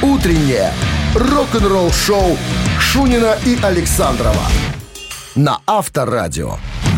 Утреннее рок-н-ролл-шоу Шунина и Александрова на Авторадио.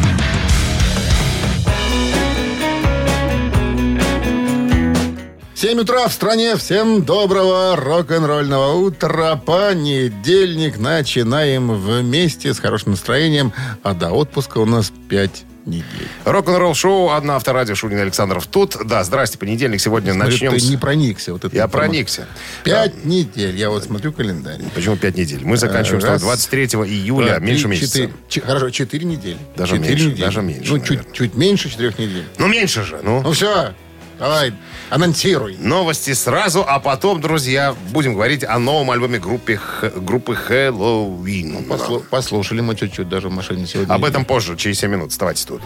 7 утра в стране. Всем доброго рок-н-ролльного утра. Понедельник. Начинаем вместе с хорошим настроением. А до отпуска у нас 5 недель. Рок-н-ролл шоу «Одна Авторадио», Шунин и Александров тут. Да, здрасте, понедельник. Сегодня начнем. Ты не проникся. Вот Я проникся. 5 недель. Я вот смотрю календарь. Почему 5 недель? Мы заканчиваем 23 июля, меньше месяца. Хорошо, 4 недели. Даже 4 меньше. недели. Даже меньше. Ну, чуть меньше 4 недель. Ну, меньше же. Ну все. Давай, анонсируй. Новости сразу, а потом, друзья, будем говорить о новом альбоме группы Хэллоуин. Послушали мы чуть-чуть даже в машине сегодня. Об этом позже, через 7 минут. Оставайтесь тут.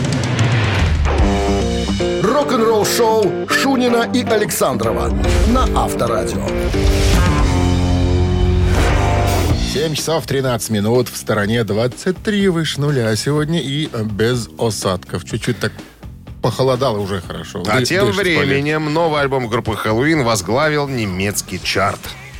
Рок-н-ролл-шоу Шунина и Александрова на Авторадио. 7 часов 13 минут. В стороне 23 выше нуля сегодня и без осадков. Чуть-чуть так похолодало уже хорошо. А тем временем новый альбом группы Хэллоуин возглавил немецкий чарт.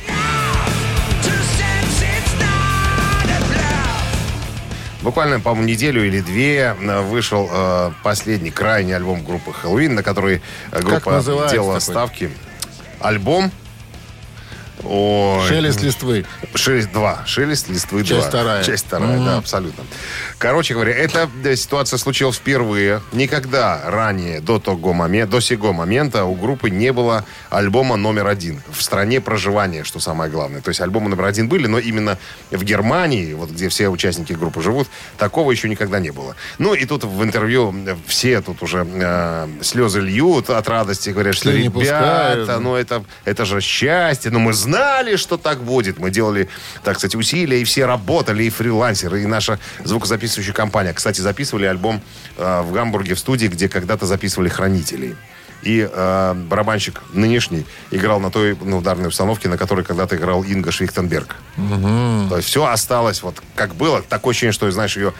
Буквально, по-моему, неделю или две вышел последний, крайний альбом группы Хэллоуин, на который группа делала ставки. Альбом «Шелест листвы». Шелест листвы 2. Часть вторая, да, абсолютно. Короче говоря, эта ситуация случилась впервые. Никогда ранее, до сего момента у группы не было альбома номер 1 в стране проживания, что самое главное. То есть альбомы номер 1 были, но именно в Германии, вот где все участники группы живут, такого еще никогда не было. Ну и тут в интервью все тут уже слезы льют от радости, говорят, что ребята, ну это же счастье, но мы знали, что так будет. Мы делали, так сказать, усилия, и все работали, и фрилансеры, и наша звукозаписывающая компания. Кстати, записывали альбом в Гамбурге в студии, где когда-то записывали «Хранителей». И барабанщик нынешний играл на той ударной установке, на которой когда-то играл Инга Швихтенберг. Угу. То есть все осталось вот как было. Такое ощущение, что, знаешь, ее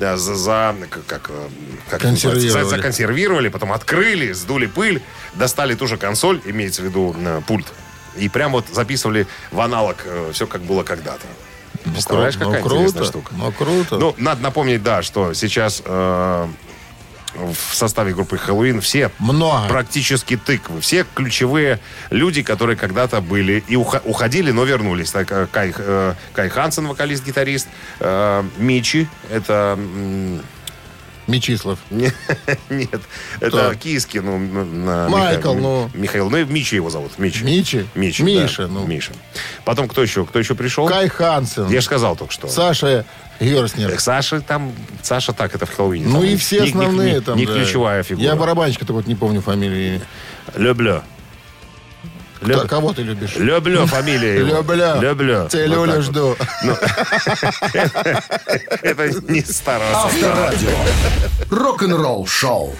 законсервировали, потом открыли, сдули пыль, достали ту же консоль, имеется в виду пульт, и прям вот записывали в аналог все, как было когда-то. Представляешь, какая интересная штука. Круто. Ну, надо напомнить, да, что сейчас в составе группы Хэллоуин все практически тыквы. Все ключевые люди, которые когда-то были и уходили, но вернулись. Так, Кай Хансен, вокалист-гитарист, Мичи, это... Мичислав. Нет, это Киски. Майкл, Михаил. Ну, и Мичи его зовут. Мичи? Миша. Да, Миша. Потом кто еще пришел? Кай Хансен. Я же сказал только что. Саша Йорснер. Саша так, это в Хэллоуине. Ну и все основные там, не ключевая фигура. Я барабанщика-то вот не помню фамилии. Люблю. Кого ты любишь? Люблю фамилия его. Люблю. Целюлю жду. Это не старого. Авторадио. Рок-н-ролл шоу.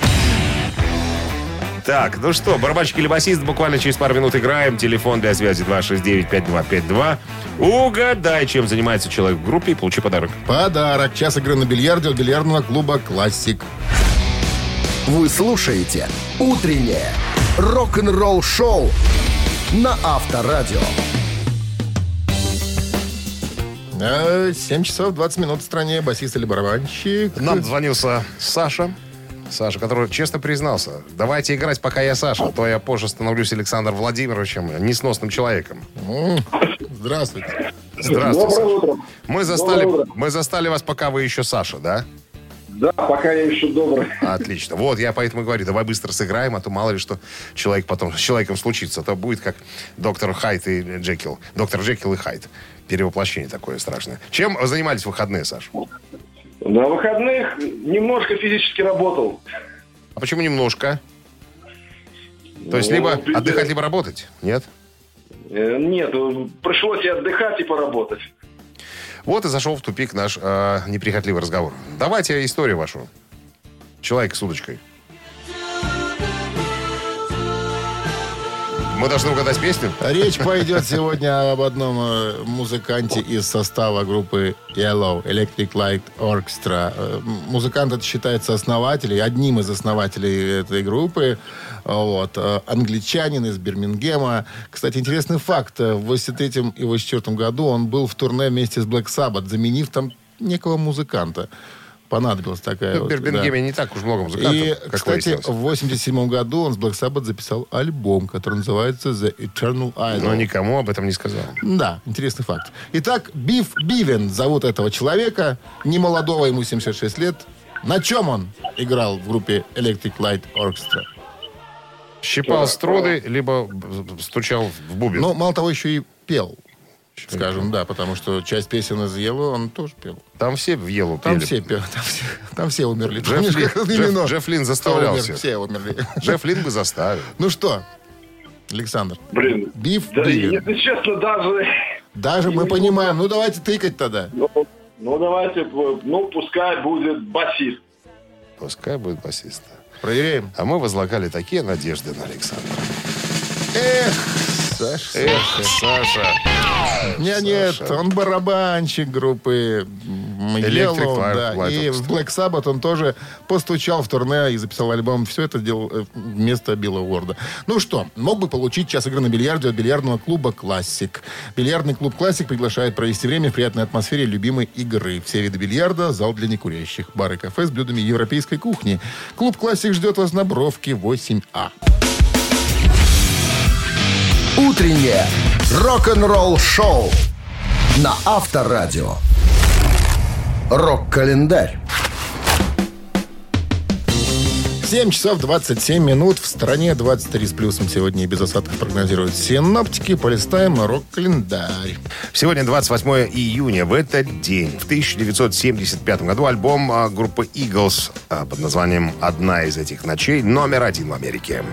Так, ну что, барабанщик или басист, буквально через пару минут играем. Телефон для связи 269-5252. Угадай, чем занимается человек в группе, и получи подарок. Подарок. Час игры на бильярде от бильярдного клуба «Классик». Вы слушаете «Утреннее рок-н-ролл шоу» на Авторадио. 7 часов 20 минут в стране. Басист или барабанщик? Нам звонился Саша, который честно признался: давайте играть, пока я Саша, а то я позже становлюсь Александром Владимировичем, несносным человеком. Здравствуйте. Здравствуйте, Доброе утро. Мы застали вас, пока вы еще Саша, да? Да, пока я еще добрый. Отлично. Вот, я поэтому и говорю, давай быстро сыграем, а то мало ли что с человеком случится. А то будет как доктор Хайд и Джекил. Доктор Джекил и Хайд. Перевоплощение такое страшное. Чем занимались в выходные, Саш? На выходных немножко физически работал. А почему немножко? То есть либо отдыхать, либо работать? Нет? Нет, пришлось и отдыхать, и поработать. Вот и зашел в тупик наш неприхотливый разговор. Давайте историю вашу. Человек с удочкой. Мы должны угадать песню? Речь пойдет сегодня об одном музыканте из состава группы Yellow, Electric Light Orchestra. Музыкант это считается одним из основателей этой группы. Вот. Англичанин из Бирмингема. Кстати, интересный факт. В 83 и 84 году он был в турне вместе с Black Sabbath, заменив там некого музыканта. Понадобилась такая в Бирмингеме не так уж много музыкантов, и, как кстати, выяснилось. в 87 году он с Black Sabbath записал альбом, который называется The Eternal Idol. Но никому об этом не сказал. Да, интересный факт. Итак, Биф Бивен зовут этого человека. Немолодого, ему 76 лет. На чем он играл в группе Electric Light Orchestra? Щипал струны, либо стучал в бубен. Ну, мало того, еще и пел. Скажем, да, потому что часть песен из Yellow он тоже пел. Там все в Yellow пели. Там все умерли. Джефф Линн заставлял всех. Все умерли. Джефф Линн бы заставил. Ну что, Александр? Блин. Биф Да, Бивен. если честно, даже... Даже мы понимаем. Ну, давайте тыкать тогда. Ну, давайте, пускай будет басист. Пускай будет басист. Проверяем. А мы возлагали такие надежды на Александра. Саша. Нет, он барабанщик группы Yellow, да. И в Black Sabbath он тоже постучал в турне и записал альбом. Все это делал вместо Билла Уорда. Ну что, мог бы получить час игры на бильярде от бильярдного клуба «Классик». Бильярдный клуб «Классик» приглашает провести время в приятной атмосфере любимой игры. Все виды бильярда, зал для некурящих, бар и кафе с блюдами европейской кухни. Клуб «Классик» ждет вас на Бровке 8А. Утреннее рок-н-ролл-шоу на Авторадио. Рок-календарь. 7 часов 27 минут. В стране 23 с плюсом. Сегодня и без осадков прогнозируют синоптики. Полистаем рок-календарь. Сегодня 28 июня. В этот день, в 1975 году, альбом группы Eagles под названием «Одна из этих ночей» номер 1 в Америке.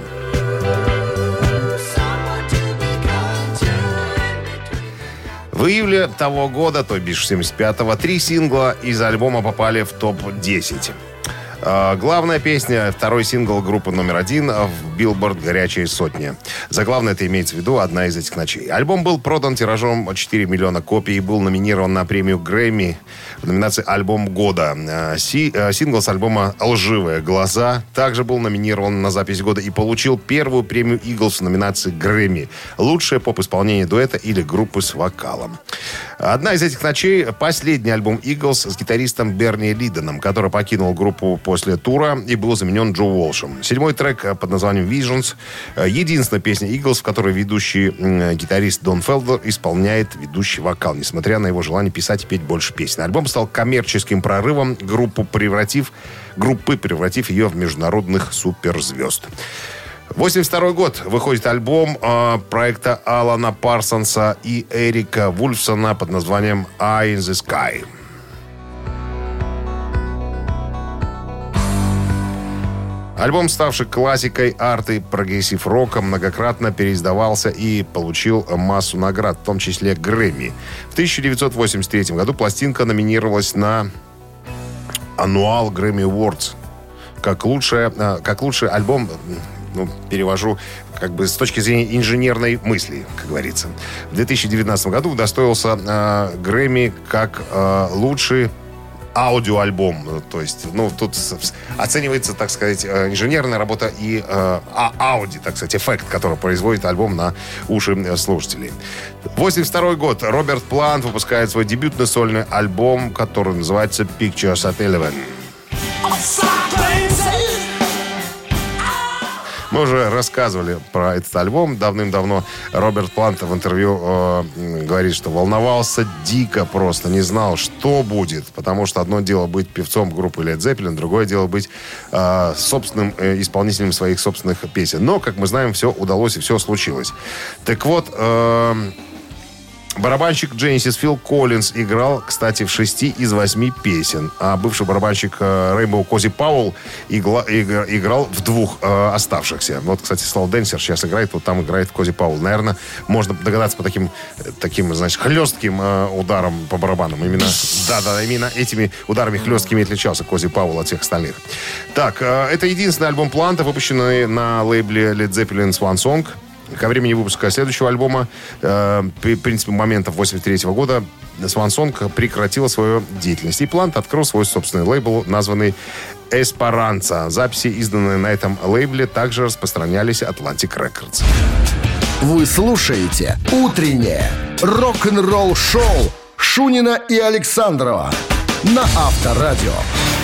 В июле того года, то бишь 75-го, 3 сингла из альбома попали в топ-10. Главная песня, второй сингл группы номер 1 в Billboard «Горячая сотня». Заглавно это имеется в виду «Одна из этих ночей». Альбом был продан тиражом 4 миллиона копий и был номинирован на премию Грэмми в номинации «Альбом года». Сингл с альбома «Лживые глаза» также был номинирован на запись года и получил первую премию Eagles в номинации Грэмми. Лучшее поп-исполнение дуэта или группы с вокалом. «Одна из этих ночей» — последний альбом Eagles с гитаристом Берни Лидоном, который покинул группу после тура и был заменен Джо Уолшем. 7-й трек под названием «Visions» — единственная песня Eagles, в которой ведущий гитарист Дон Фелдер исполняет ведущий вокал, несмотря на его желание писать и петь больше песен. Альбом стал коммерческим прорывом группы, превратив ее в международных суперзвезд. 82 год выходит альбом проекта Алана Парсонса и Эрика Вульфсона под названием «Eye in the Sky». Альбом, ставший классикой арты прогрессив-рока, многократно переиздавался и получил массу наград, в том числе Грэмми. В 1983 году пластинка номинировалась на Annual Grammy Awards как лучший альбом, перевожу как бы с точки зрения инженерной мысли, как говорится. В 2019 году удостоился Грэмми как лучший аудиоальбом. То есть, тут оценивается, так сказать, инженерная работа и ауди, так сказать, эффект, который производит альбом на уши слушателей. 82 год. Роберт Плант выпускает свой дебютный сольный альбом, который называется Pictures at 11. Мы уже рассказывали про этот альбом давным-давно. Роберт Плант в интервью говорит, что волновался дико просто, не знал, что будет. Потому что одно дело быть певцом группы Led Zeppelin, другое дело быть собственным исполнителем своих собственных песен. Но, как мы знаем, все удалось и все случилось. Так вот, барабанщик Genesis Фил Коллинз играл, кстати, в 6 из 8 песен. А бывший барабанщик Rainbow Кози Пауэлл играл в 2 оставшихся. Вот, кстати, Slow Dancer сейчас играет, вот там играет Кози Пауэлл. Наверное, можно догадаться по таким, знаешь, хлестким ударам по барабанам. Именно этими ударами хлесткими отличался Кози Пауэлл от всех остальных. Так, это единственный альбом Планта, выпущенный на лейбле Led Zeppelin Swan Song. Ко времени выпуска следующего альбома, в принципе, момента 1983 года, Swan Song прекратила свою деятельность. И Plant открыл свой собственный лейбл, названный Esperanza. Записи, изданные на этом лейбле, также распространялись Atlantic Records. Вы слушаете «Утреннее рок-н-ролл-шоу» Шунина и Александрова на Авторадио.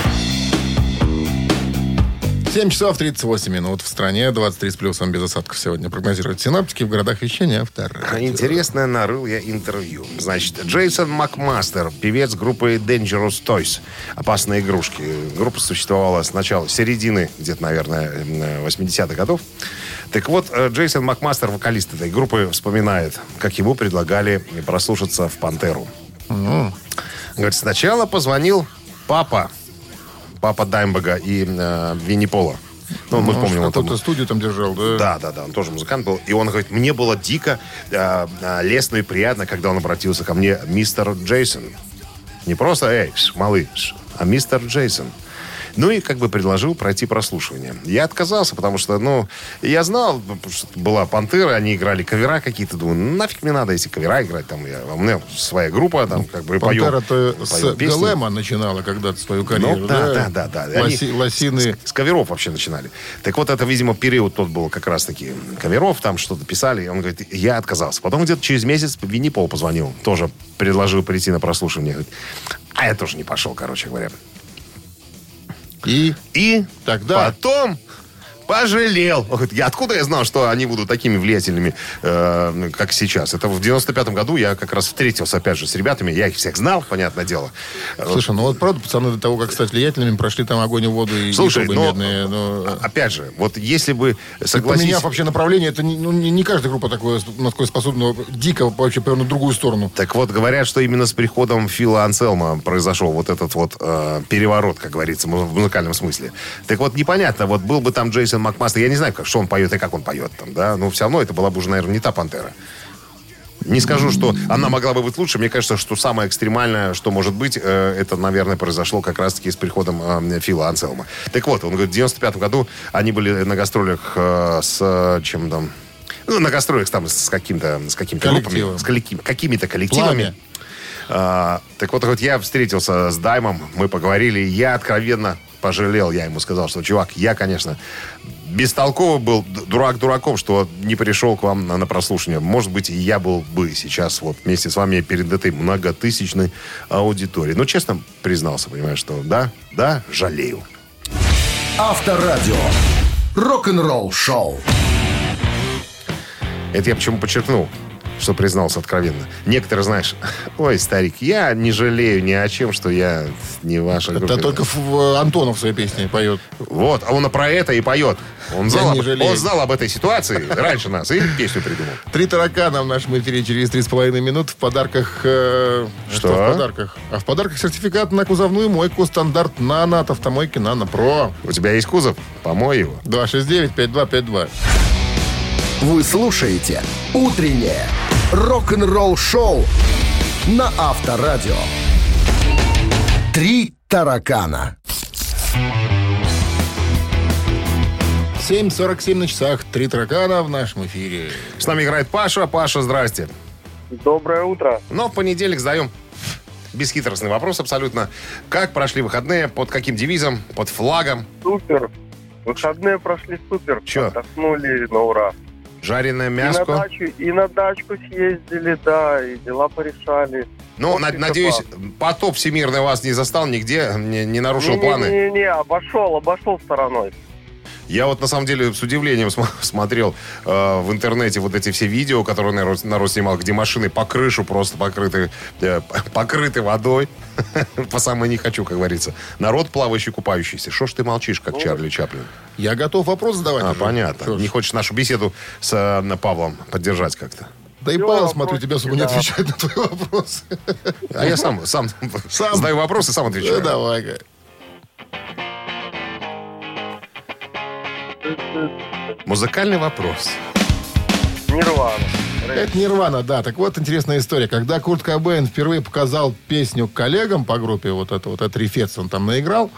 7 часов 38 минут в стране, 23 с плюсом без осадков сегодня прогнозируют синоптики в городах вещания Авторадио. Интересное нарыл я интервью. Значит, Джейсон Макмастер, певец группы Dangerous Toys, опасные игрушки. Группа существовала с начала, середины, где-то, наверное, 80-х годов. Так вот, Джейсон Макмастер, вокалист этой группы, вспоминает, как ему предлагали прослушаться в «Пантеру». Говорит, сначала позвонил папа Даймбога и Винни Пола. Ну, мы помним, он какую-то студию там держал, да? Да, он тоже музыкант был. И он говорит, мне было дико лестно и приятно, когда он обратился ко мне, мистер Джейсон. Не просто, эй, малыш, а мистер Джейсон. Ну и как бы предложил пройти прослушивание. Я отказался, потому что, я знал, что была «Пантера», они играли кавера какие-то. Думаю, нафиг мне надо эти кавера играть. Там, у меня своя группа, там, как бы поем. «Пантера»-то с Глэма начинала когда-то свою карьеру. Да. Лосины. С каверов вообще начинали. Так вот, это, видимо, период тот был как раз-таки каверов, там что-то писали. И он говорит, я отказался. Потом где-то через месяц Винни Пол позвонил. Тоже предложил прийти на прослушивание. Говорит, я тоже не пошел, короче говоря. И тогда потом пожалел. Откуда я знал, что они будут такими влиятельными, как сейчас? Это в 95-м году я как раз встретился, опять же, с ребятами. Я их всех знал, понятное дело. Слушай, правда, пацаны до того, как стать влиятельными, прошли там огонь и воду и трубы медные. Опять же, вот если бы согласись... Поменяв вообще направление, это не каждая группа такое способна дико вообще прямо на другую сторону. Так вот, говорят, что именно с приходом Фила Анселма произошел вот этот вот переворот, как говорится, в музыкальном смысле. Так вот, непонятно, вот был бы там Джейсон Макмастер, я не знаю, что он поет и как он поет там, да, но все равно это была бы уже, наверное, не та «Пантера». Не скажу, что она могла бы быть лучше. Мне кажется, что самое экстремальное, что может быть, это, наверное, произошло как раз-таки с приходом Фила Анселма. Так вот, он говорит, в 95-м году они были на гастролях с чем там... на гастролях там с какими-то группами, с какими-то коллективами. Так вот, я встретился с Даймом, мы поговорили, я откровенно пожалел. Я ему сказал, что, чувак, я, конечно, бестолковый был, дурак дураком, что не пришел к вам на прослушивание. Может быть, и я был бы сейчас вот вместе с вами перед этой многотысячной аудиторией. Честно признался, понимаешь, что да, жалею. Авторадио. Рок-н-ролл шоу. Это я почему подчеркнул, что признался откровенно. Некоторые, знаешь, ой, старик, я не жалею ни о чем, что я не ваша группа. Это только Антонов в своей песне поет. Вот, а он про это и поет. Он знал об этой ситуации раньше нас и песню придумал. 3 таракана в нашем эфире через 3,5 минут. В подарках... Что в подарках? А в подарках сертификат на кузовную мойку стандарт «Нано» от автомойки «Нано Про». У тебя есть кузов? Помой его. 269-5252. Вы слушаете «Утреннее рок-н-ролл-шоу» на Авторадио. 3 таракана. 7:47 на часах. 3 таракана в нашем эфире. С нами играет Паша. Паша, здрасте. Доброе утро. В понедельник задаем бесхитростный вопрос абсолютно. Как прошли выходные? Под каким девизом? Под флагом? Супер. Выходные прошли супер. Чё? Отдохнули на ура. Жареное мясо? И на дачку съездили, да, и дела порешали. Надеюсь, потоп всемирный вас не застал нигде, не нарушил планы? Не, обошел стороной. Я на самом деле с удивлением смотрел в интернете вот эти все видео, которые народ снимал, где машины по крышу просто покрыты водой. По самой не хочу, как говорится. Народ плавающий, купающийся. Что ж ты молчишь, как Чарли Чаплин? Я готов вопрос задавать. Понятно. Не хочешь нашу беседу с Павлом поддержать как-то? Да и Павел, смотрю, тебя особо не отвечает на твой вопрос. А я сам задаю вопрос и сам отвечаю. Давай-ка. Музыкальный вопрос. Нирвана. Это Нирвана, да. Так вот, интересная история. Когда Курт Кобейн впервые показал песню коллегам по группе, этот рифец он там наиграл,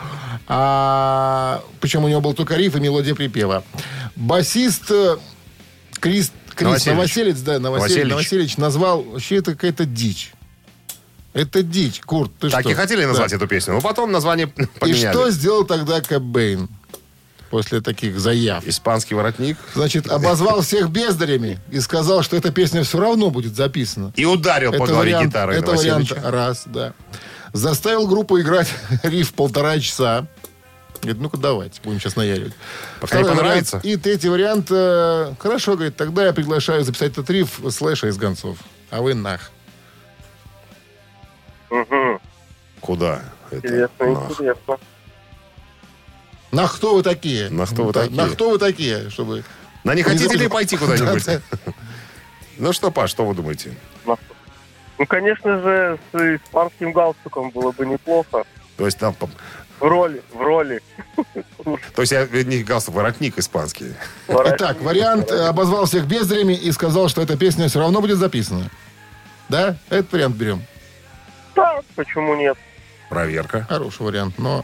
причем у него был только риф и мелодия припева. Басист Крис Новоселич назвал, вообще это какая-то дичь. Это дичь, Курт, ты так что? И хотели назвать эту песню, но потом название поменяли. И что сделал тогда Кобейн после таких заяв? Испанский воротник. Значит, обозвал всех бездарями и сказал, что эта песня все равно будет записана. И ударил по голове гитарой Новоселича. Это вариант раз, да. Заставил группу играть риф 1,5 часа. Говорит, ну-ка давайте, будем сейчас наяривать. Пока не понравится. Вариант, и третий вариант. Хорошо, говорит, тогда я приглашаю записать этот риф Слэша из Гонцов. А вы нах. Угу. Куда? Интересно. Нах, кто вы такие? Нах, кто вы такие? Нах, кто вы такие, чтобы... На не хотите ли пойти куда-нибудь? Ну что, Паш, что вы думаете? Ну, конечно же, с испанским галстуком было бы неплохо. То есть там... В роли. То есть я не галстук, воротник испанский. Итак, вариант обозвал всех бездарями и сказал, что эта песня все равно будет записана. Да? Этот вариант берем. Да, почему нет? Проверка. Хороший вариант, но...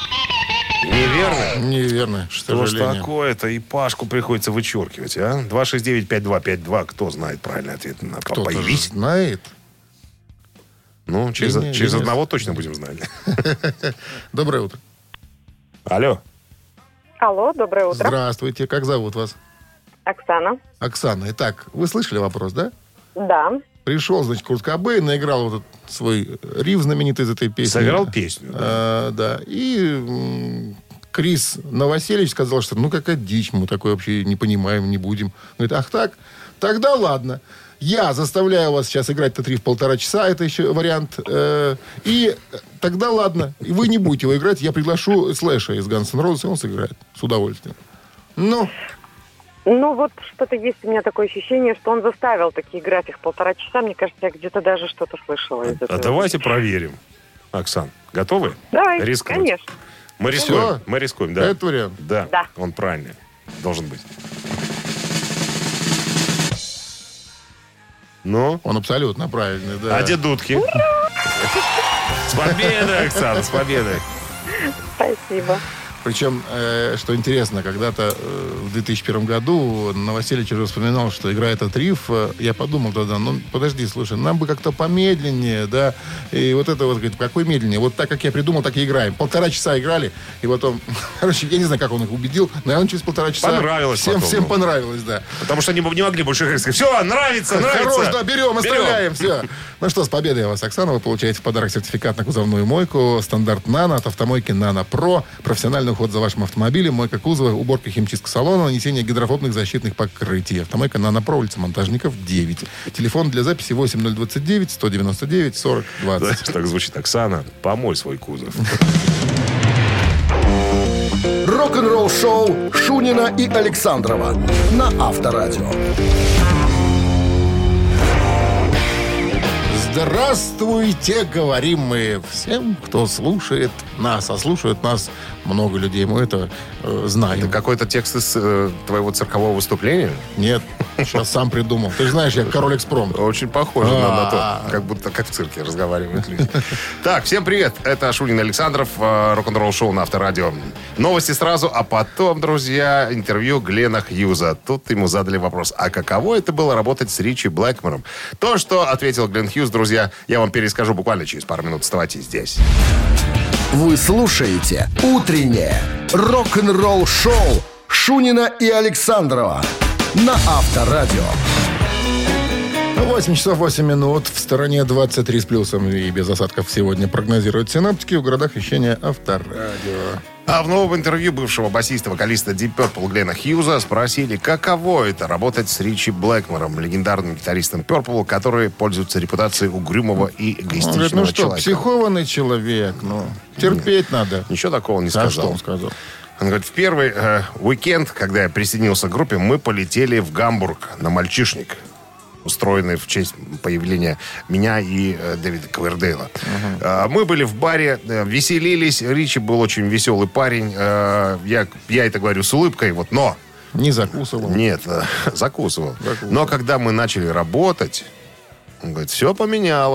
Неверно. Что ж такое-то? И Пашку приходится вычеркивать, а? 269-5252. Кто знает правильный ответ? Кто-то же знает. Ну, через одного точно будем знать. Доброе утро. Алло, доброе утро. Здравствуйте. Как зовут вас? Оксана. Оксана. Итак, вы слышали вопрос, да? Да. Пришел, значит, Курт Кобейн, наиграл вот этот свой риф знаменитый из этой песни. Сыграл песню. Да. И Крис Новоселич сказал, что ну какая дичь, мы такое вообще не понимаем, не будем. Говорит, ах так? Тогда ладно. Я заставляю вас сейчас играть этот риф 1,5 часа, это еще вариант. И тогда ладно, вы не будете его играть, я приглашу Слэша из Guns N' Roses, и он сыграет с удовольствием. Ну, вот что-то есть у меня такое ощущение, что он заставил таки играть их 1,5 часа. Мне кажется, я где-то даже что-то слышала из этого. А давайте проверим. Оксан, готовы? Давай, рискнуть? Конечно. Мы рискуем, да. Это вариант? Да, он правильный. Должен быть. Ну? Он абсолютно правильный, да. А где дудки? С победой, Оксана, с победой. Спасибо. Причем, что интересно, когда-то в 2001 году Новоселич уже вспоминал, что играет этот риф. Я подумал тогда, ну, подожди, слушай, нам бы как-то помедленнее, да. И вот это вот, говорит, какой медленнее? Вот так, как я придумал, так и играем. 1,5 часа играли, и потом... Короче, я не знаю, как он их убедил, наверное, через 1,5 часа... Понравилось всем понравилось, да. Потому что они не могли больше говорить. Все, нравится. Хорош, да, берем, оставляем, все. Ну что, с победой вас, Оксана. Вы получаете в подарок сертификат на кузовную мойку стандарт «Нано» от автомойки «Нано Про». Профессиональный уход за вашим автомобилем, мойка кузова, уборка, химчистка салона, нанесение гидрофобных защитных покрытий. Автомойка «Нано Про», улица Монтажников, 9. Телефон для записи 8029 199 40 20. Знаешь, так звучит: Оксана, помой свой кузов. Рок-н-ролл шоу Шунина и Александрова на Авторадио. Здравствуйте, говорим мы всем, кто слушает нас. А слушают нас много людей, мы это знаем. Это какой-то текст из твоего циркового выступления? Нет, сейчас сам придумал. Ты же знаешь, я король экспром. Очень похоже на то, как будто как в цирке разговаривают люди. Так, всем привет. Это Шунин Александров, рок-н-ролл шоу на Авторадио. Новости сразу, а потом, друзья, интервью Глена Хьюза. Тут ему задали вопрос, а каково это было работать с Ричи Блэкмором? То, что ответил Глен Хьюз, друзья, я вам перескажу буквально через пару минут. Оставайтесь здесь. Вы слушаете «Утреннее рок-н-ролл-шоу» Шунина и Александрова на Авторадио. 8 часов 8 минут. В стороне 23 с плюсом и без осадков сегодня прогнозируют синоптики. В городах вещания Авторадио. А в новом интервью бывшего басиста-вокалиста Deep Purple Глена Хьюза спросили, каково это работать с Ричи Блэкмором, легендарным гитаристом Purple, который пользуется репутацией угрюмого и эгоистичного человека. Ну что, человека. Психованный человек, терпеть надо. Ничего такого не сказал. А что он сказал? Он говорит, в первый уикенд, когда я присоединился к группе, мы полетели в Гамбург на мальчишник, устроенный в честь появления меня и Дэвида Ковердейла. Мы были в баре, веселились. Ричи был очень веселый парень. Я это говорю с улыбкой, но... Не закусывал? Нет, закусывал. Но когда мы начали работать, он говорит, все поменялось.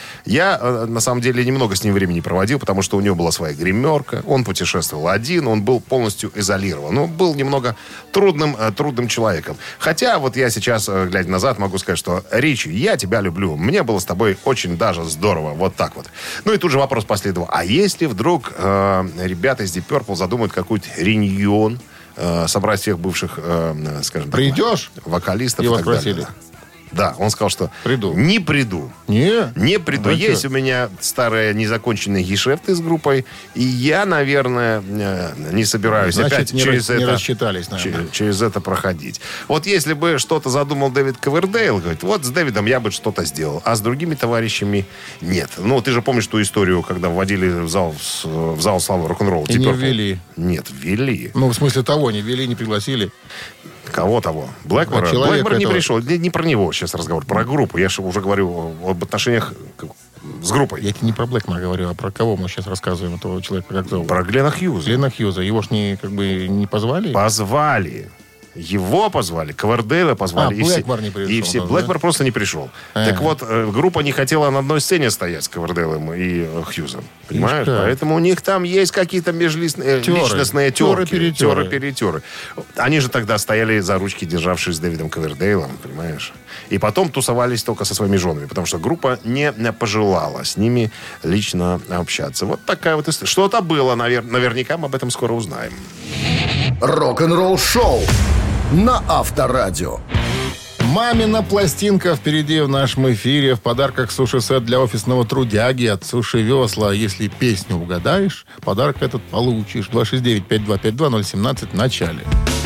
Я, на самом деле, немного с ним времени проводил, потому что у него была своя гримерка, он путешествовал один, он был полностью изолирован. Он был немного трудным человеком. Хотя вот я сейчас, глядя назад, могу сказать, что Ричи, я тебя люблю. Мне было с тобой очень даже здорово. Вот так вот. Ну и тут же вопрос последовал. А если вдруг ребята из Deep Purple задумают какой-то реньон, собрать всех бывших, скажем так, вокалистов. Его спросили. Да, он сказал, что приду. Не приду. Не приду. А есть у меня старые незаконченные гешефты с группой, и я, наверное, не собираюсь опять через это проходить. Вот если бы что-то задумал Дэвид Ковердейл, говорит, вот с Дэвидом я бы что-то сделал, а с другими товарищами нет. Ну, ты же помнишь ту историю, когда вводили в зал славы рок-н-ролла. И не ввели. Нет, ввели. Ну, в смысле того, не ввели, не пригласили. Кого того? Блэкмора? Блэкмор не пришел. Не про него сейчас разговор, про группу. Я же уже говорю об отношениях с группой. Я тебе не про Блэкмора говорю, а про кого мы сейчас рассказываем, этого человека, как зовут? Про Глена Хьюза. Глена Хьюза. Его ж не позвали? Позвали. Его позвали, Ковердейла позвали. Блэкмор не пришел. И все. Блэкмор просто не пришел. Так вот, группа не хотела на одной сцене стоять с Ковердейлом и Хьюзом. Понимаешь? Поэтому у них там есть какие-то межличностные теры-перетеры. Они же тогда стояли за ручки, державшись с Дэвидом Ковердейлом, понимаешь? И потом тусовались только со своими женами, потому что группа не пожелала с ними лично общаться. Вот такая вот история. Что-то было, наверняка мы об этом скоро узнаем. Рок-н-ролл шоу на Авторадио. Мамина пластинка впереди в нашем эфире. В подарках суши-сет для офисного трудяги от Суши Весла. Если песню угадаешь, подарок этот получишь. 269-5252-017 в начале.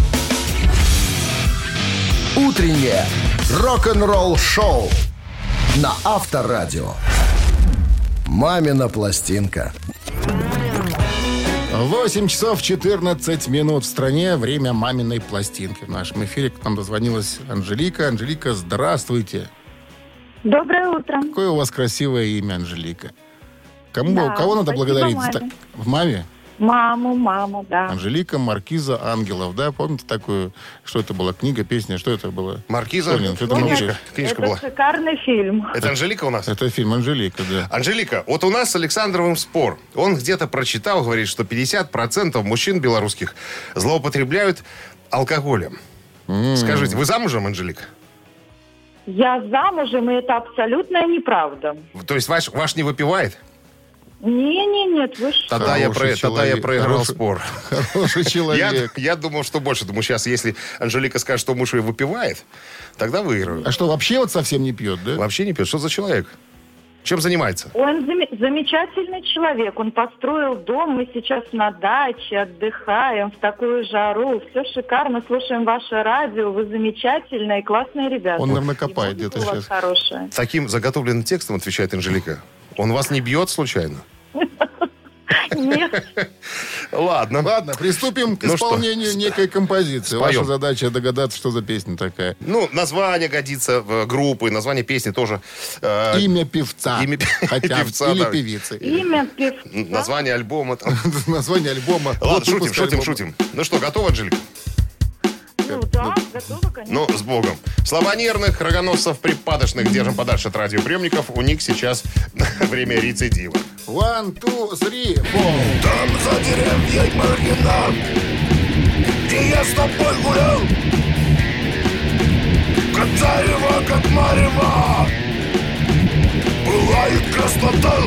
Утреннее рок-н-ролл шоу на Авторадио. Мамина пластинка. 8 часов 14 минут в стране. Время маминой пластинки. В нашем эфире к нам дозвонилась Анжелика. Анжелика, здравствуйте. Доброе утро. Какое у вас красивое имя, Анжелика. Кого надо благодарить? Маме. В маме? Маму, да. Анжелика, Маркиза ангелов, да? Помните такую, что это была, книга, песня, что это было? Маркиза? Книжка была. Это шикарный фильм. Это Анжелика у нас? Это фильм «Анжелика», да. Анжелика, вот у нас с Александровым спор. Он где-то прочитал, говорит, что 50% мужчин белорусских злоупотребляют алкоголем. Скажите, вы замужем, Анжелика? Я замужем, и это абсолютная неправда. То есть ваш не выпивает? Нет, вы что? Тогда я проиграл спор. Хороший человек. Я думал, что больше. Думаю, сейчас, если Анжелика скажет, что муж ее выпивает, тогда выиграю. А что, вообще вот совсем не пьет, да? Вообще не пьет. Что за человек? Чем занимается? Он замечательный человек. Он построил дом. Мы сейчас на даче отдыхаем в такую жару. Все шикарно. Слушаем ваше радио. Вы замечательные, классные ребята. Он, наверное, копает где-то сейчас. Хорошее. Таким заготовленным текстом отвечает Анжелика. Он вас не бьет случайно? Нет. Ладно, приступим к исполнению некой композиции. Ваша задача догадаться, что за песня такая. Ну, название годится группы, название песни тоже. Имя певца. Хотя певца, или певицы. Имя певца. Название альбома. Название альбома. Ладно, шутим. Ну что, готова, Анжелика? Ну да, готова, конечно. Ну, с Богом. Слова нервных, рогоносцев, припадочных держим подальше от радиоприемников. У них сейчас время рецидива. 1, 2, 3, 4. Там за деревней Маргина, где я с тобой гулял, как зарево, как марево, бывает краснота,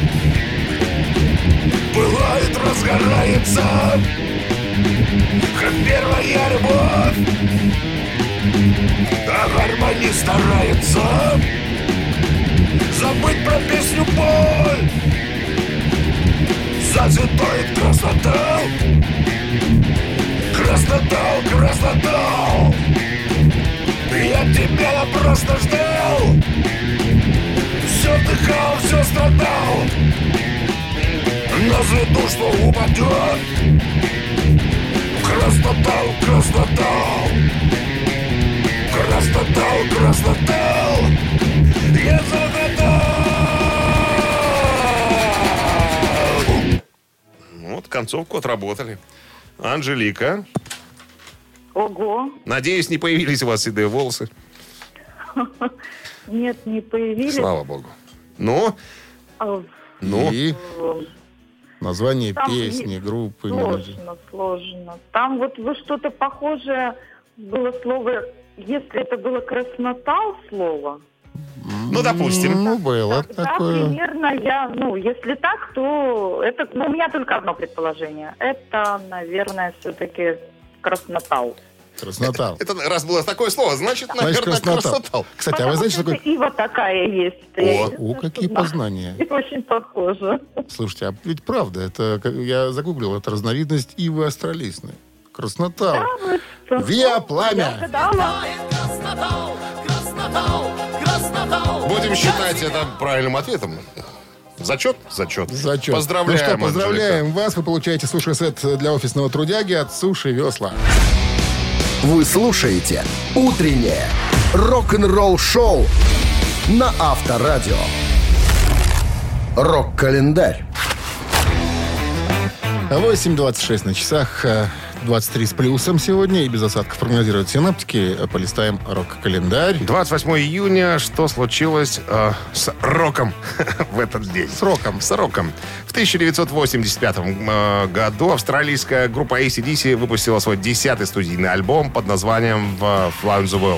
бывает разгорается, как первая любовь, а гармонист старается забыть про песню боль. Зацветает краснота, краснота. Я тебя просто ждал, все вдыхал, все страдал, на свету, что упадет. Краснота, я загадал. Вот, концовку отработали. Анжелика. Ого. Надеюсь, не появились у вас седые волосы. Нет, не появились. Слава богу. Ну? И название песни, группы. Сложно. Там вот вы что-то похожее было слово, если это было краснотал слово. Ну, допустим. Было тогда такое. Примерно если так, то это, у меня только одно предположение. Это, наверное, все-таки краснотал. Краснотал. Это раз было такое слово, значит, наверное, краснотал. Кстати, а вы знаете, что такое... Ива такая есть. Какие познания. И очень похоже. Слушайте, а ведь правда, это я загуглил, это разновидность ивы австралийской. Краснотал. Виа пламя. Будем считать это правильным ответом. Зачет? Зачет. Поздравляем. Ну что, поздравляем вас. Вы получаете суши-сет для офисного трудяги от Суши Весла. Вы слушаете «Утреннее рок-н-ролл-шоу» на Авторадио. Рок-календарь. 8:26 на часах. 23 с плюсом сегодня и без осадков прогнозируют синоптики. Полистаем рок-календарь. 28 июня. Что случилось с роком в этот день? С роком. В 1985 году австралийская группа AC/DC выпустила свой 10-й студийный альбом под названием «Fly on the Wall».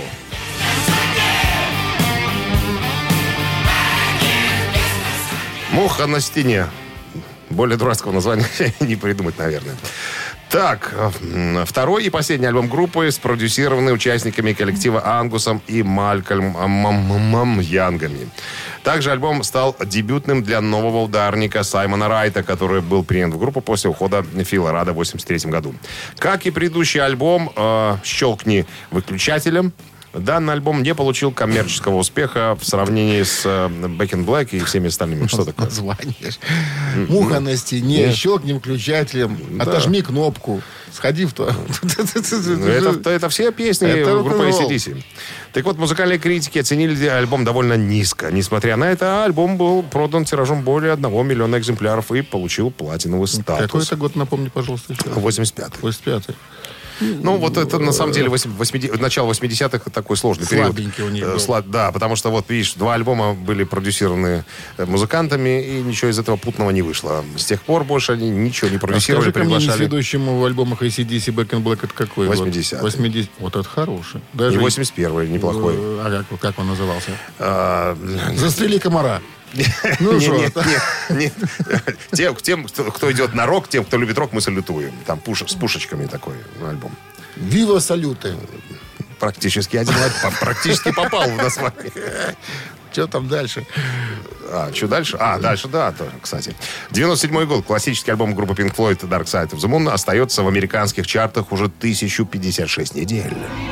«Муха на стене». Более дурацкого названия не придумать, наверное. Так, второй и последний альбом группы, спродюсированный участниками коллектива Ангусом и Малькольмом Янгами. Также альбом стал дебютным для нового ударника Саймона Райта, который был принят в группу после ухода Фила Рада в 1983 году. Как и предыдущий альбом «Щелкни выключателем», данный альбом не получил коммерческого успеха в сравнении с Back in Black и всеми остальными. Что такое? Название. Муха на стене, щелкни выключателем, отожми кнопку, сходи в то. Это все песни группы AC/DC. Так вот, музыкальные критики оценили альбом довольно низко. Несмотря на это, альбом был продан тиражом более 1 миллиона экземпляров и получил платиновый статус. Какой это год, напомни, пожалуйста, еще? 85-й. 85-й. Ну, вот это, на самом деле, начало 80-х такой сложный период. Слабенький у них был. Да, потому что, вот, видишь, 2 альбома были продюсированы музыкантами, и ничего из этого путного не вышло. С тех пор больше они ничего не продюсировали, приглашали. Следующему в альбомах AC/DC Back in Black это какой? 80-й. 80. Вот это хороший. Даже и 81-й неплохой. А как он назывался? «Застрели комара». Ну, нет. Тем, кто идет на рок, тем, кто любит рок, мы салютуем. Там с пушечками такой альбом. «Вива салюты». Практически практически попал в название. Что там дальше? Что дальше? Дальше, да, тоже, кстати. 97-й год. Классический альбом группы Pink Floyd Dark Side of the Moon остается в американских чартах уже 1056 недель.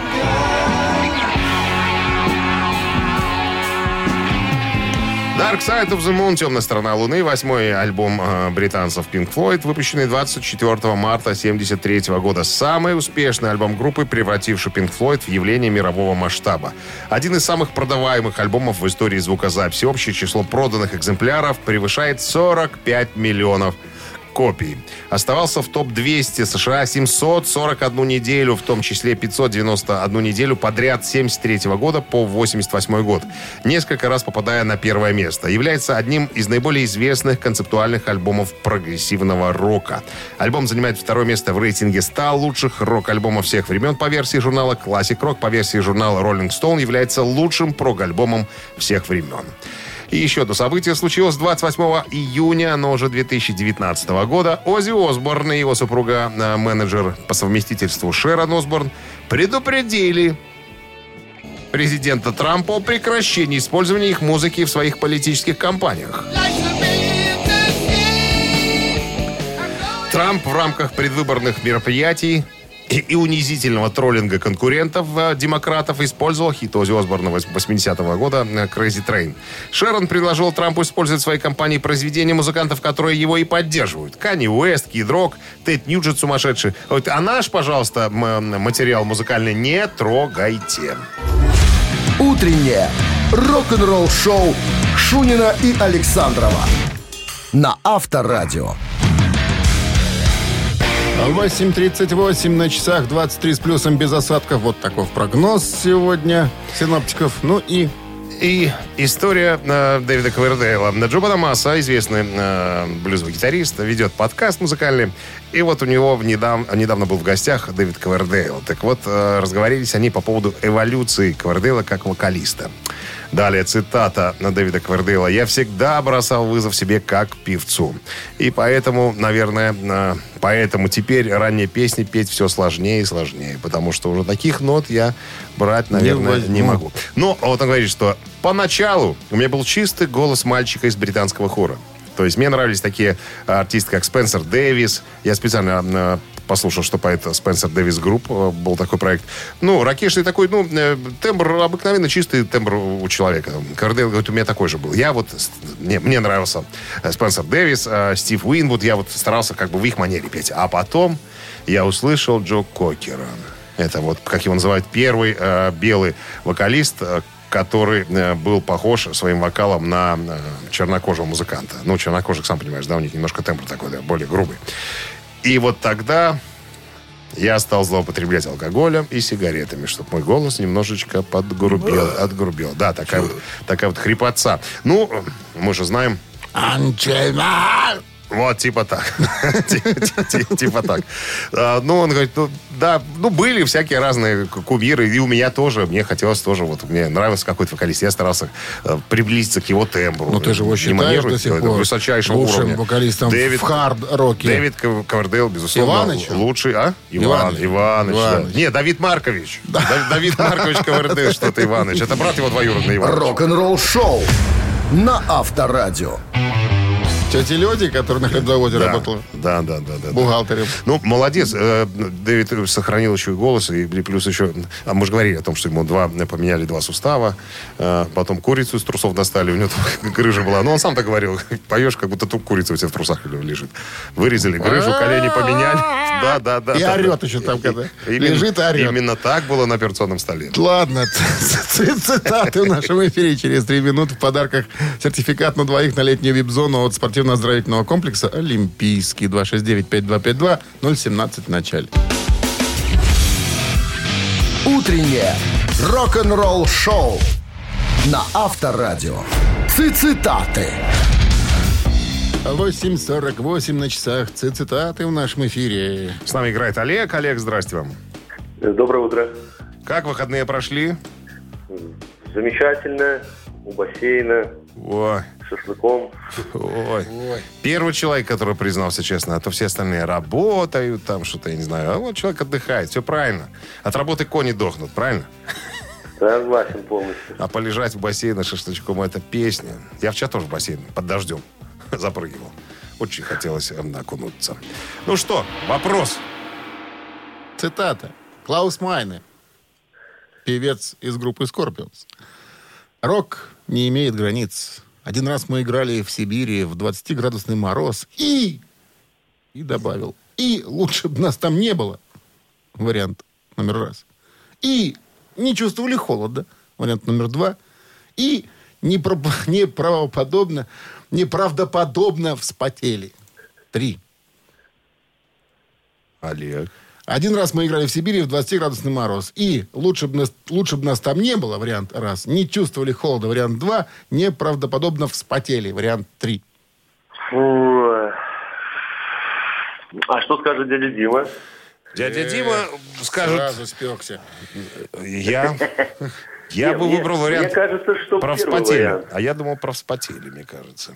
Dark Side of the Moon, «Темная сторона Луны», 8-й альбом британцев Pink Floyd, выпущенный 24 марта 1973 года. Самый успешный альбом группы, превративший Pink Floyd в явление мирового масштаба. Один из самых продаваемых альбомов в истории звукозаписи. Общее число проданных экземпляров превышает 45 миллионов копий. Оставался в топ-200 США 741 неделю, в том числе 591 неделю подряд с 1973 года по 1988 год, несколько раз попадая на первое место. Является одним из наиболее известных концептуальных альбомов прогрессивного рока. Альбом занимает 2-е место в рейтинге 100 лучших рок-альбомов всех времен по версии журнала Classic Rock. По версии журнала Rolling Stone является лучшим прог-альбомом всех времен. И еще одно событие случилось 28 июня, но уже 2019 года. Оззи Осборн и его супруга, менеджер по совместительству Шерон Осборн, предупредили президента Трампа о прекращении использования их музыки в своих политических кампаниях. Трамп в рамках предвыборных мероприятий и унизительного троллинга конкурентов демократов использовал хит Оззи Осборна 80-го года «Crazy Train». Шерон предложил Трампу использовать в своей кампании произведения музыкантов, которые его и поддерживают. Канье Уэст, Кид Рок, Тед Ньюджет сумасшедший. А наш, пожалуйста, материал музыкальный не трогайте. Утреннее рок-н-ролл-шоу Шунина и Александрова на Авторадио. 8:38 на часах, 23 с плюсом без осадков. Вот такой прогноз сегодня синоптиков. Ну и И история Дэвида Ковердейла. Джо Бонамасса, известный блюзовый гитарист, ведет подкаст музыкальный. И вот у него недавно был в гостях Дэвид Ковердейл. Так вот, разговорились они по поводу эволюции Ковердейла как вокалиста. Далее цитата Дэвида Ковердейла. «Я всегда бросал вызов себе как певцу. И поэтому, наверное, теперь ранние песни петь все сложнее и сложнее. Потому что уже таких нот я брать, наверное, не могу». Но вот он говорит, что поначалу у меня был чистый голос мальчика из британского хора. То есть мне нравились такие артисты, как Спенсер Дэвис. Я специально послушал, что поет Спенсер Дэвис Групп. Был такой проект. Ракешный такой, тембр, обыкновенно чистый тембр у человека. Ковердейл говорит, у меня такой же был. Мне нравился Спенсер Дэвис, Стив Уинвуд. Я старался как бы в их манере петь. А потом я услышал Джо Кокера. Это вот, как его называют, первый белый вокалист, который был похож своим вокалом на чернокожего музыканта. Чернокожих, сам понимаешь, да, у них немножко тембр такой, да, более грубый. И вот тогда я стал злоупотреблять алкоголем и сигаретами, чтобы мой голос немножечко отгрубел. Да, такая вот хрипотца. Мы же знаем... Вот, типа так. Типа так. Он говорит, были всякие разные кумиры, и у меня тоже, мне хотелось тоже, мне нравился какой-то вокалист, я старался приблизиться к его тембру. Ты же его считаешь до сих пор высочайшего лучшим уровня. Вокалистом в хард-роке. Дэвид Ковердейл, безусловно, лучший. Иваныч. Да. Не, Давид Маркович. Давид Маркович Ковердейл, что-то Иваныч. Это брат его двоюродный Иваныч. Рок-н-ролл шоу на Авторадио. Тетя Лёди, которая на хлебзаводе работала. Да. Бухгалтером. Молодец. Дэвид сохранил еще и голос, и плюс еще... мы же говорили о том, что ему поменяли 2 сустава, потом курицу из трусов достали, у него грыжа была. Он сам так говорил, поешь, как будто тут курица у тебя в трусах лежит. Вырезали грыжу, колени поменяли. Да. И орет еще там, когда лежит и орет. Именно так было на операционном столе. Ладно, цитаты в нашем эфире через 3 минуты. В подарках сертификат на 2 на летнюю вип-зону от спортивно-оздоровительного комплекса «Олимпийский». 269-5252-017 в начале. Утреннее рок-н-ролл-шоу на Авторадио. Цитаты. 8:48 на часах. Цитаты в нашем эфире. С нами играет Олег. Олег, здрасте вам. Доброе утро. Как выходные прошли? Замечательно. У бассейна. Ой. С шашлыком. Ой. Первый человек, который признался честно, а то все остальные работают, там что-то, я не знаю. А вот человек отдыхает, все правильно. От работы кони дохнут, правильно? Согласен полностью. А полежать в бассейне с шашлычком — это песня. Я вчера тоже в бассейн под дождем запрыгивал. Очень хотелось окунуться. Ну что, вопрос. Цитата. Клаус Майне, певец из группы Scorpions. Рок не имеет границ. Один раз мы играли в Сибири в 20-градусный мороз. И добавил. И лучше бы нас там не было. Вариант номер 1. И не чувствовали холода. Вариант номер 2. И неправдоподобно вспотели. 3. Олег. Один раз мы играли в Сибири в 20-градусный мороз. И лучше бы нас там не было, вариант 1. Не чувствовали холода, вариант 2. Неправдоподобно вспотели, вариант 3. А что скажет дядя Дима? Дядя Дима скажет... Сразу спекся. Я бы выбрал вариант... Мне кажется, что про вспотели. А я думал про вспотели, мне кажется.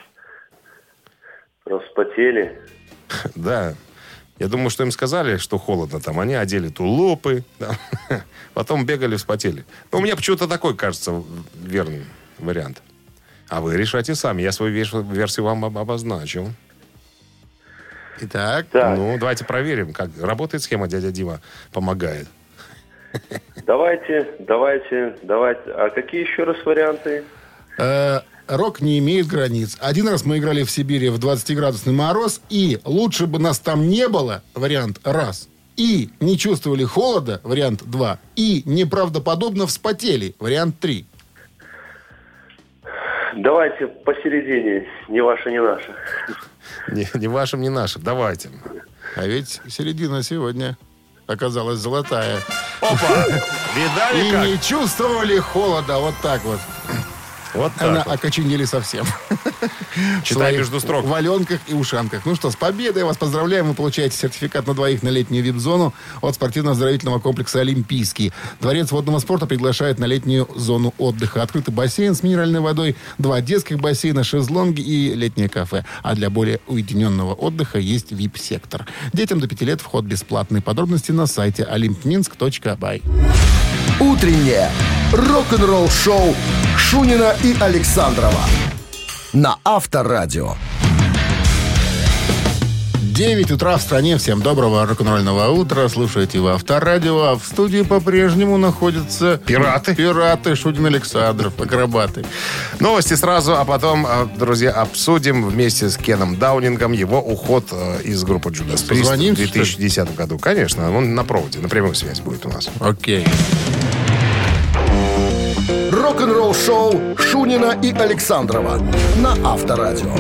Про вспотели? Да. Я думаю, что им сказали, что холодно там. Они одели тулупы. Да. Потом бегали, вспотели. Но у меня почему-то такой, кажется, верный вариант. А вы решайте сами. Я свою версию вам обозначил. Итак. Давайте проверим, как работает схема. Дядя Дима помогает. Давайте. А какие еще раз варианты? Рок не имеет границ. Один раз мы играли в Сибири в 20-градусный мороз, и лучше бы нас там не было, вариант 1. И не чувствовали холода, вариант 2. И неправдоподобно вспотели, вариант 3. Давайте посередине. Ни ваше, ни наше. Не вашим, не нашим. Давайте. А ведь середина сегодня оказалась золотая. Опа! Видали и как? Не чувствовали холода. Вот так вот. Вот Она так вот. окоченели совсем. Читай между строк. В валенках и ушанках. Ну что, с победой вас поздравляем. Вы получаете сертификат на двоих на летнюю вип-зону от спортивно-оздоровительного комплекса «Олимпийский». Дворец водного спорта приглашает на летнюю зону отдыха. Открытый бассейн с минеральной водой, 2 детских бассейна, шезлонги и летнее кафе. А для более уединенного отдыха есть вип-сектор. Детям до 5 лет вход бесплатный. Подробности на сайте olympminsk.by. Утреннее рок-н-ролл-шоу Шунина и Александрова на Авторадио. 9 утра в стране. Всем доброго рок-н-ролльного утра. Слушайте вы Авторадио. А в студии по-прежнему находятся... Пираты. Шунин, Александров. Акробаты. Новости сразу, а потом, друзья, обсудим вместе с Кеном Даунингом его уход из группы Judas Priest в 2010 году. Конечно, он на проводе, на прямую связь будет у нас. Окей. Рок-н-ролл-шоу Шунина и Александрова на Авторадио.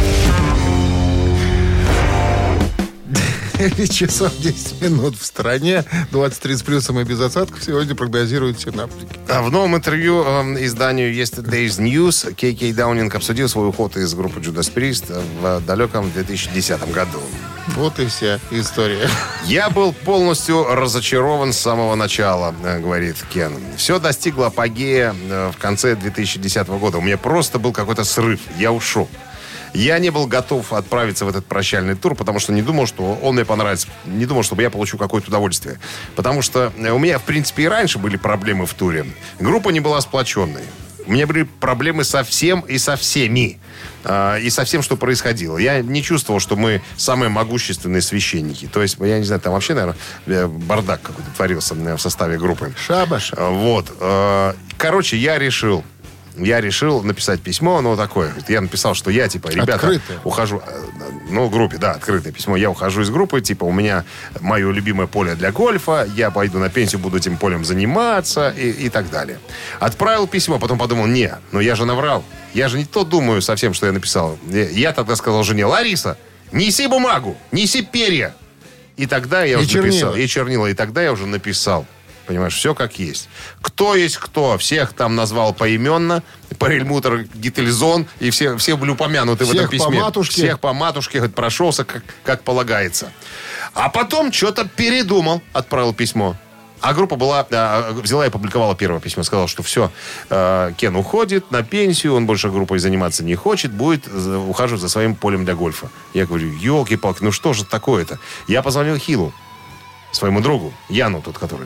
9 часов 10 минут в стране. 23 с плюсом и без осадков сегодня прогнозируют синаптики. А в новом интервью изданию Yesterday's News Кей Даунинг обсудил свой уход из группы Judas Priest в далеком 2010 году. Вот и вся история. «Я был полностью разочарован с самого начала», говорит Кен. «Все достигло апогея в конце 2010 года. У меня просто был какой-то срыв. Я ушел. Я не был готов отправиться в этот прощальный тур, потому что не думал, что он мне понравится. Не думал, чтобы я получу какое-то удовольствие. Потому что у меня, в принципе, и раньше были проблемы в туре. Группа не была сплоченной. У меня были проблемы со всем и со всеми. И со всем, что происходило. Я не чувствовал, что мы самые могущественные священники. То есть, я не знаю, там вообще, наверное, бардак какой-то творился в составе группы. Шабаш. Вот. Короче, я решил написать письмо, ну, такое. Я написал, что я, ребята, открытое. Ухожу, группе, да, открытое письмо. Я ухожу из группы, у меня мое любимое поле для гольфа, я пойду на пенсию, буду этим полем заниматься и так далее. Отправил письмо, потом подумал, я же наврал. Я же не то думаю совсем, что я написал. Я тогда сказал жене: Лариса, неси бумагу, неси перья. И тогда я уже написал. И чернила. И тогда я уже написал. Понимаешь, все как есть. Кто есть кто. Всех там назвал поименно. Перельмутер, Гительзон. И все были упомянуты в этом письме. Всех по матушке. Прошелся, как полагается. А потом что-то передумал. Отправил письмо. А группа взяла и опубликовала первое письмо. Сказала, что все, Кен уходит на пенсию. Он больше группой заниматься не хочет. Будет ухаживать за своим полем для гольфа. Я говорю, елки-палки, ну что же такое-то? Я позвонил Хилу, своему другу, Яну тут, который...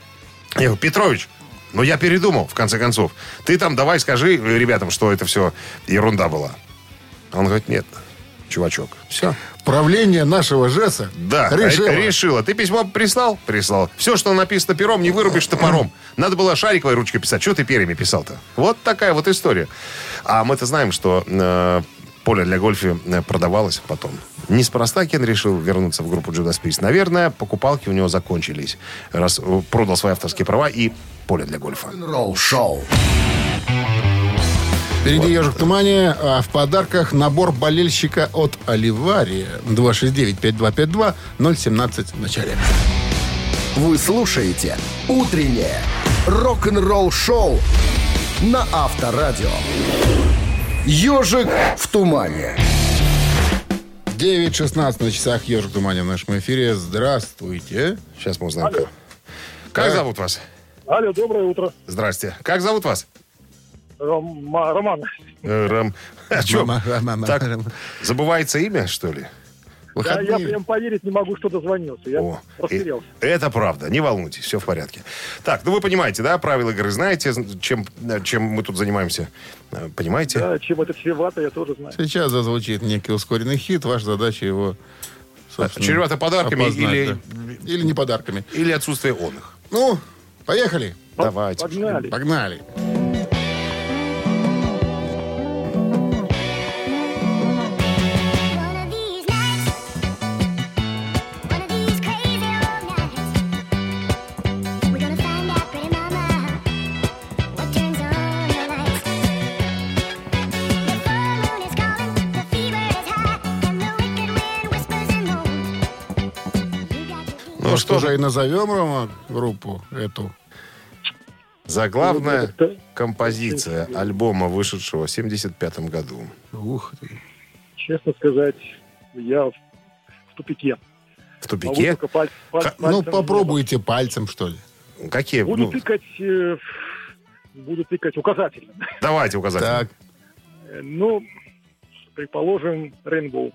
Я говорю, Петрович, я передумал, в конце концов. Ты там давай скажи ребятам, что это все ерунда была. Он говорит, нет, чувачок, все. Правление нашего ЖЭСа решило. Ты письмо прислал? Прислал. Все, что написано пером, не вырубишь топором. Надо было шариковой ручкой писать. Что ты перьями писал-то? Вот такая вот история. А мы-то знаем, что... поле для гольфа продавалось потом. Неспроста Кен решил вернуться в группу Judas Priest. Наверное, покупалки у него закончились. Раз продал свои авторские права и поле для гольфа. Рок-н-ролл-шоу. Впереди «Ежик в тумане», а в подарках набор болельщика от Оливария. 269-5252-017 в начале. Вы слушаете «Утреннее рок-н-ролл-шоу» на Авторадио. «Ежик в тумане». 9:16 на часах. «Ежик в тумане» в нашем эфире. Здравствуйте. Сейчас мы узнаем. Алло. Как зовут вас? Алло, доброе утро. Здрасте. Как зовут вас? Роман. Так, забывается имя, что ли? Да, я прям поверить не могу, что дозвонился. Я растерялся. Это правда, не волнуйтесь, все в порядке. Так, вы понимаете, да, правила игры знаете, чем мы тут занимаемся? Понимаете? Да, чем это чревато, я тоже знаю. Сейчас зазвучит некий ускоренный хит, ваша задача его, чревато подарками или не подарками. Или отсутствие он их. Ну, поехали. Давайте. Погнали. Ну что же, и назовем, Рома, группу эту. Заглавная композиция альбома, вышедшего в 1975 году. Ух ты. Честно сказать, я в тупике. В тупике? Ну, попробуйте пальцем, что ли. Какие? Буду тыкать указательно. Давайте указательно. Так. Ну, предположим, Rainbow.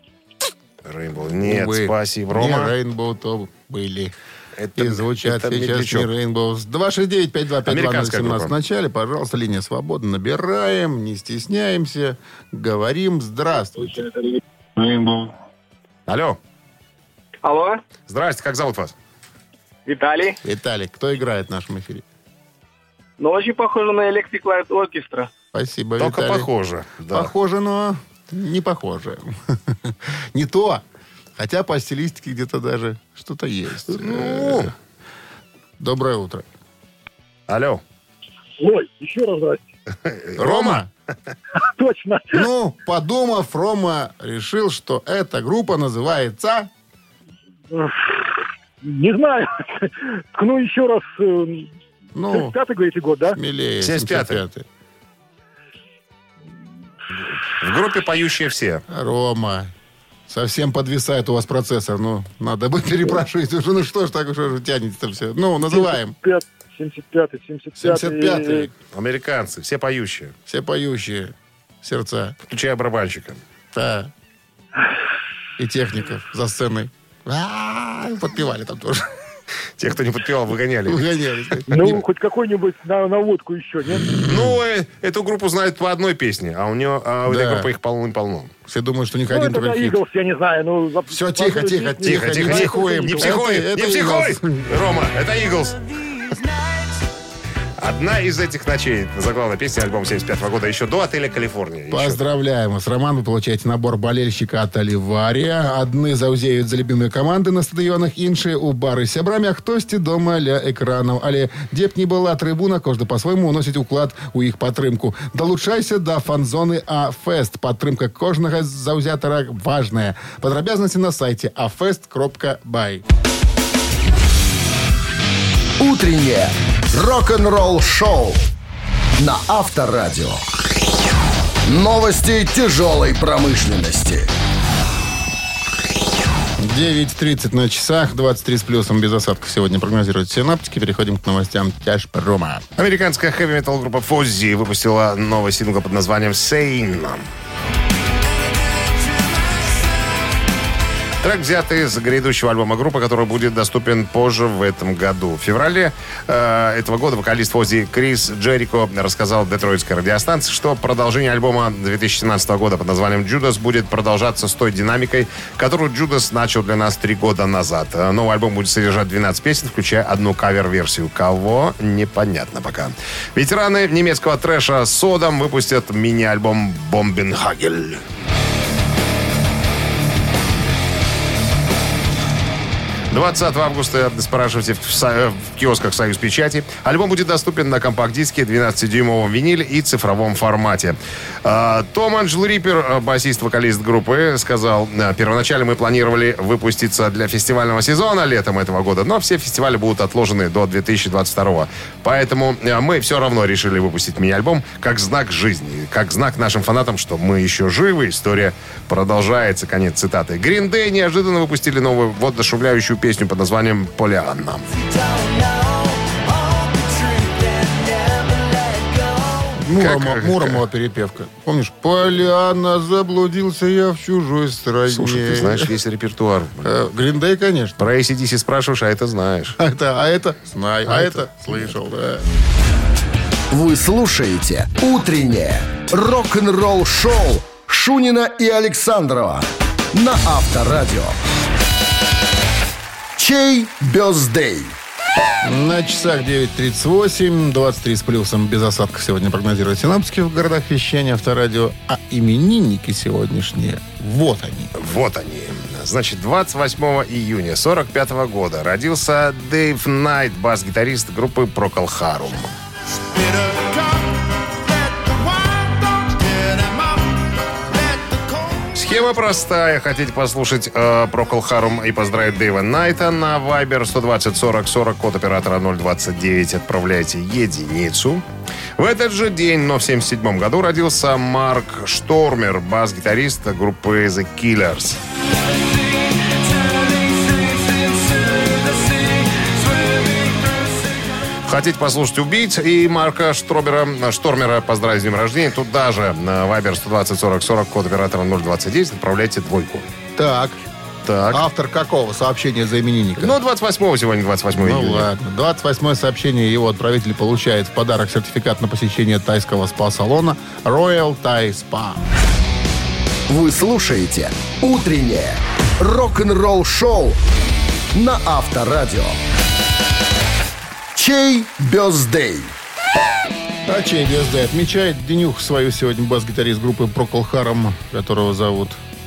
Нет, спасибо, Рома. Не Rainbow, то были. И звучат сейчас не Rainbow. 269-5252-017 в начале. Пожалуйста, линия свободна. Набираем, не стесняемся. Говорим. Здравствуйте. Rainbow. Алло. Алло. Здрасте, как зовут вас? Виталий. Виталий, кто играет в нашем эфире? Ну, очень похоже на Electric Light Orchestra. Спасибо, Только Виталий. похоже. Да. Похоже, но не похоже. Не то. Хотя по стилистике где-то даже что-то есть. Доброе утро. Алло. Ой, еще раз здрасте. Рома? Точно. Ну, подумав, Рома решил, что эта группа называется... Не знаю. Ткну еще раз. Ну, 75-й, говорите, год, да? Смелее. 75-й. В группе поющие все. Рома, совсем подвисает у вас процессор. Ну, надо бы перепрошить. Ну что ж так, что же тянется все. Ну, называем. 75-й. Американцы, все поющие. Все поющие. Сердца. Включая барабанщика. Да. И техников за сценой. Подпевали там тоже. Те, кто не подпевал, выгоняли. Ну, хоть какой-нибудь наводку еще, нет? Ну, эту группу знают по одной песне, а у этой группы их полно-полно. Все думают, что у них один только хит. Я не знаю. Все, тихо. Не психуем. Не психуй, Рома, это Eagles. Одна из этих ночей. Заглавная песня альбома 75 года еще до отеля «Калифорния». Поздравляем вас, Роман. Вы получаете набор болельщика от Оливария. Одни заузеют за любимые команды на стадионах, іншие у бары з сябрамі, а хтосьці дома ля экранаў. Але дзе б ні была трыбуна, кожны по-свойму уносіць уклад у іх падтрымку. Далучайся да фан-зоны А-фест. Падтрымка кожнага заўзятара важная. Падрабязнасці на сайце afest.by. Утреннее рок-н-ролл-шоу на Авторадио. Новости тяжелой промышленности. 9:30 на часах, 23 с плюсом, без осадков сегодня прогнозируют синаптики. Переходим к новостям тяжпрома. Американская хэви-метал группа Fozzy выпустила новый сингл под названием «Sane». Трек взят из грядущего альбома группы, который будет доступен позже в этом году. В феврале этого года вокалист Fozzy Крис Джерико рассказал детройтской радиостанции, что продолжение альбома 2017 года под названием «Judas» будет продолжаться с той динамикой, которую Judas начал для нас 3 года назад. Новый альбом будет содержать 12 песен, включая одну кавер-версию. Кого? Непонятно пока. Ветераны немецкого трэша Sodom выпустят мини-альбом «Бомбенхагель». 20 августа спрашивайте в киосках «Союз Печати». Альбом будет доступен на компакт-диске, 12-дюймовом виниле и цифровом формате. Том Анджел Риппер, басист-вокалист группы, сказал: первоначально мы планировали выпуститься для фестивального сезона летом этого года, но все фестивали будут отложены до 2022. Поэтому мы все равно решили выпустить мини-альбом как знак жизни, как знак нашим фанатам, что мы еще живы. История продолжается. Конец цитаты. Green Day неожиданно выпустили новую воодушевляющую песню под названием «Полианна». Муромова перепевка. Помнишь? «Полианна, заблудился я в чужой стране». Слушай, ты знаешь весь репертуар. Green Day, конечно. Про AC/DC спрашиваешь, а это знаешь. А это знаю, а это слышал, да. Вы слушаете «Утреннее рок-н-ролл-шоу» Шунина и Александрова на Авторадио. Чей бёздей? На часах 9:38, 23 с плюсом, без осадков сегодня прогнозируют синаптики в городах вещания Авторадио. А именинники сегодняшние, вот они. Вот они. Значит, 28 июня 1945 года родился Дэйв Найт, бас-гитарист группы Procol Harum. С Схема простая. Хотите послушать Procol Harum и поздравить Дэйва Найта на Viber 120 40 40, код оператора 029. Отправляйте единицу. В этот же день, но в 1977 году, родился Марк Штормер, бас-гитарист группы The Killers. Хотите послушать «Убийц» и Марка Штормера поздравить с днем рождения? Туда же на Viber 120 40 40, код оператора 029, отправляйте двойку. Так. Автор какого сообщения за именинника? 28-го сегодня, 28 июня. Ну ладно. 28-е сообщение. Его отправитель получает в подарок сертификат на посещение тайского спа-салона Royal Thai Spa. Вы слушаете «Утреннее рок-н-ролл-шоу» на Авторадио. Чей бёздей? А чей бёздей? Отмечает Денюх свою сегодня бас-гитарист группы Procol Harum, которого зовут,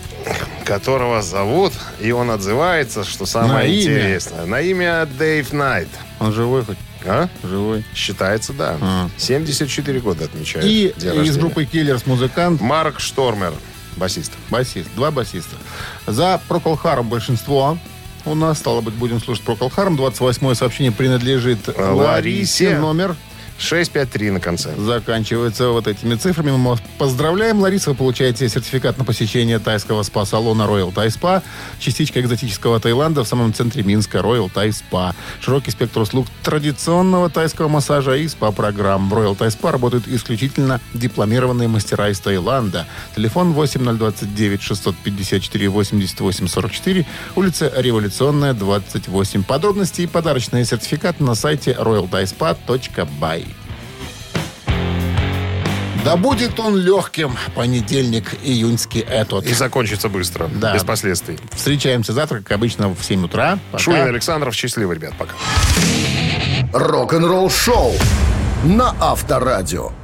и он отзывается, что самое интересное. На имя Дэйв Найт. Он живой хоть? А? Живой. Считается, да. 74 года отмечает. И из группы Killers музыкант Марк Штормер, басист. Два басиста. За Procol Harum большинство. У нас, стало быть, будем слушать Procol Harum. 28-е сообщение принадлежит Ларисе. Номер 653 на конце. Заканчивается вот этими цифрами. Мы вас поздравляем, Лариса. Вы получаете сертификат на посещение тайского спа-салона Royal Thai Spa. Частичка экзотического Таиланда в самом центре Минска. Royal Thai Spa. Широкий спектр услуг традиционного тайского массажа и спа-программ. В Royal Thai Spa работают исключительно дипломированные мастера из Таиланда. Телефон 8029 654 88 44. Улица Революционная, 28. Подробности и подарочные сертификаты на сайте royalthaispa.by. Да будет он легким, понедельник июньский этот. И закончится быстро, да. Без последствий. Встречаемся завтра, как обычно, в 7 утра. Пока. Шунин, Александров, счастливо, ребят, пока. Рок-н-ролл шоу на Авторадио.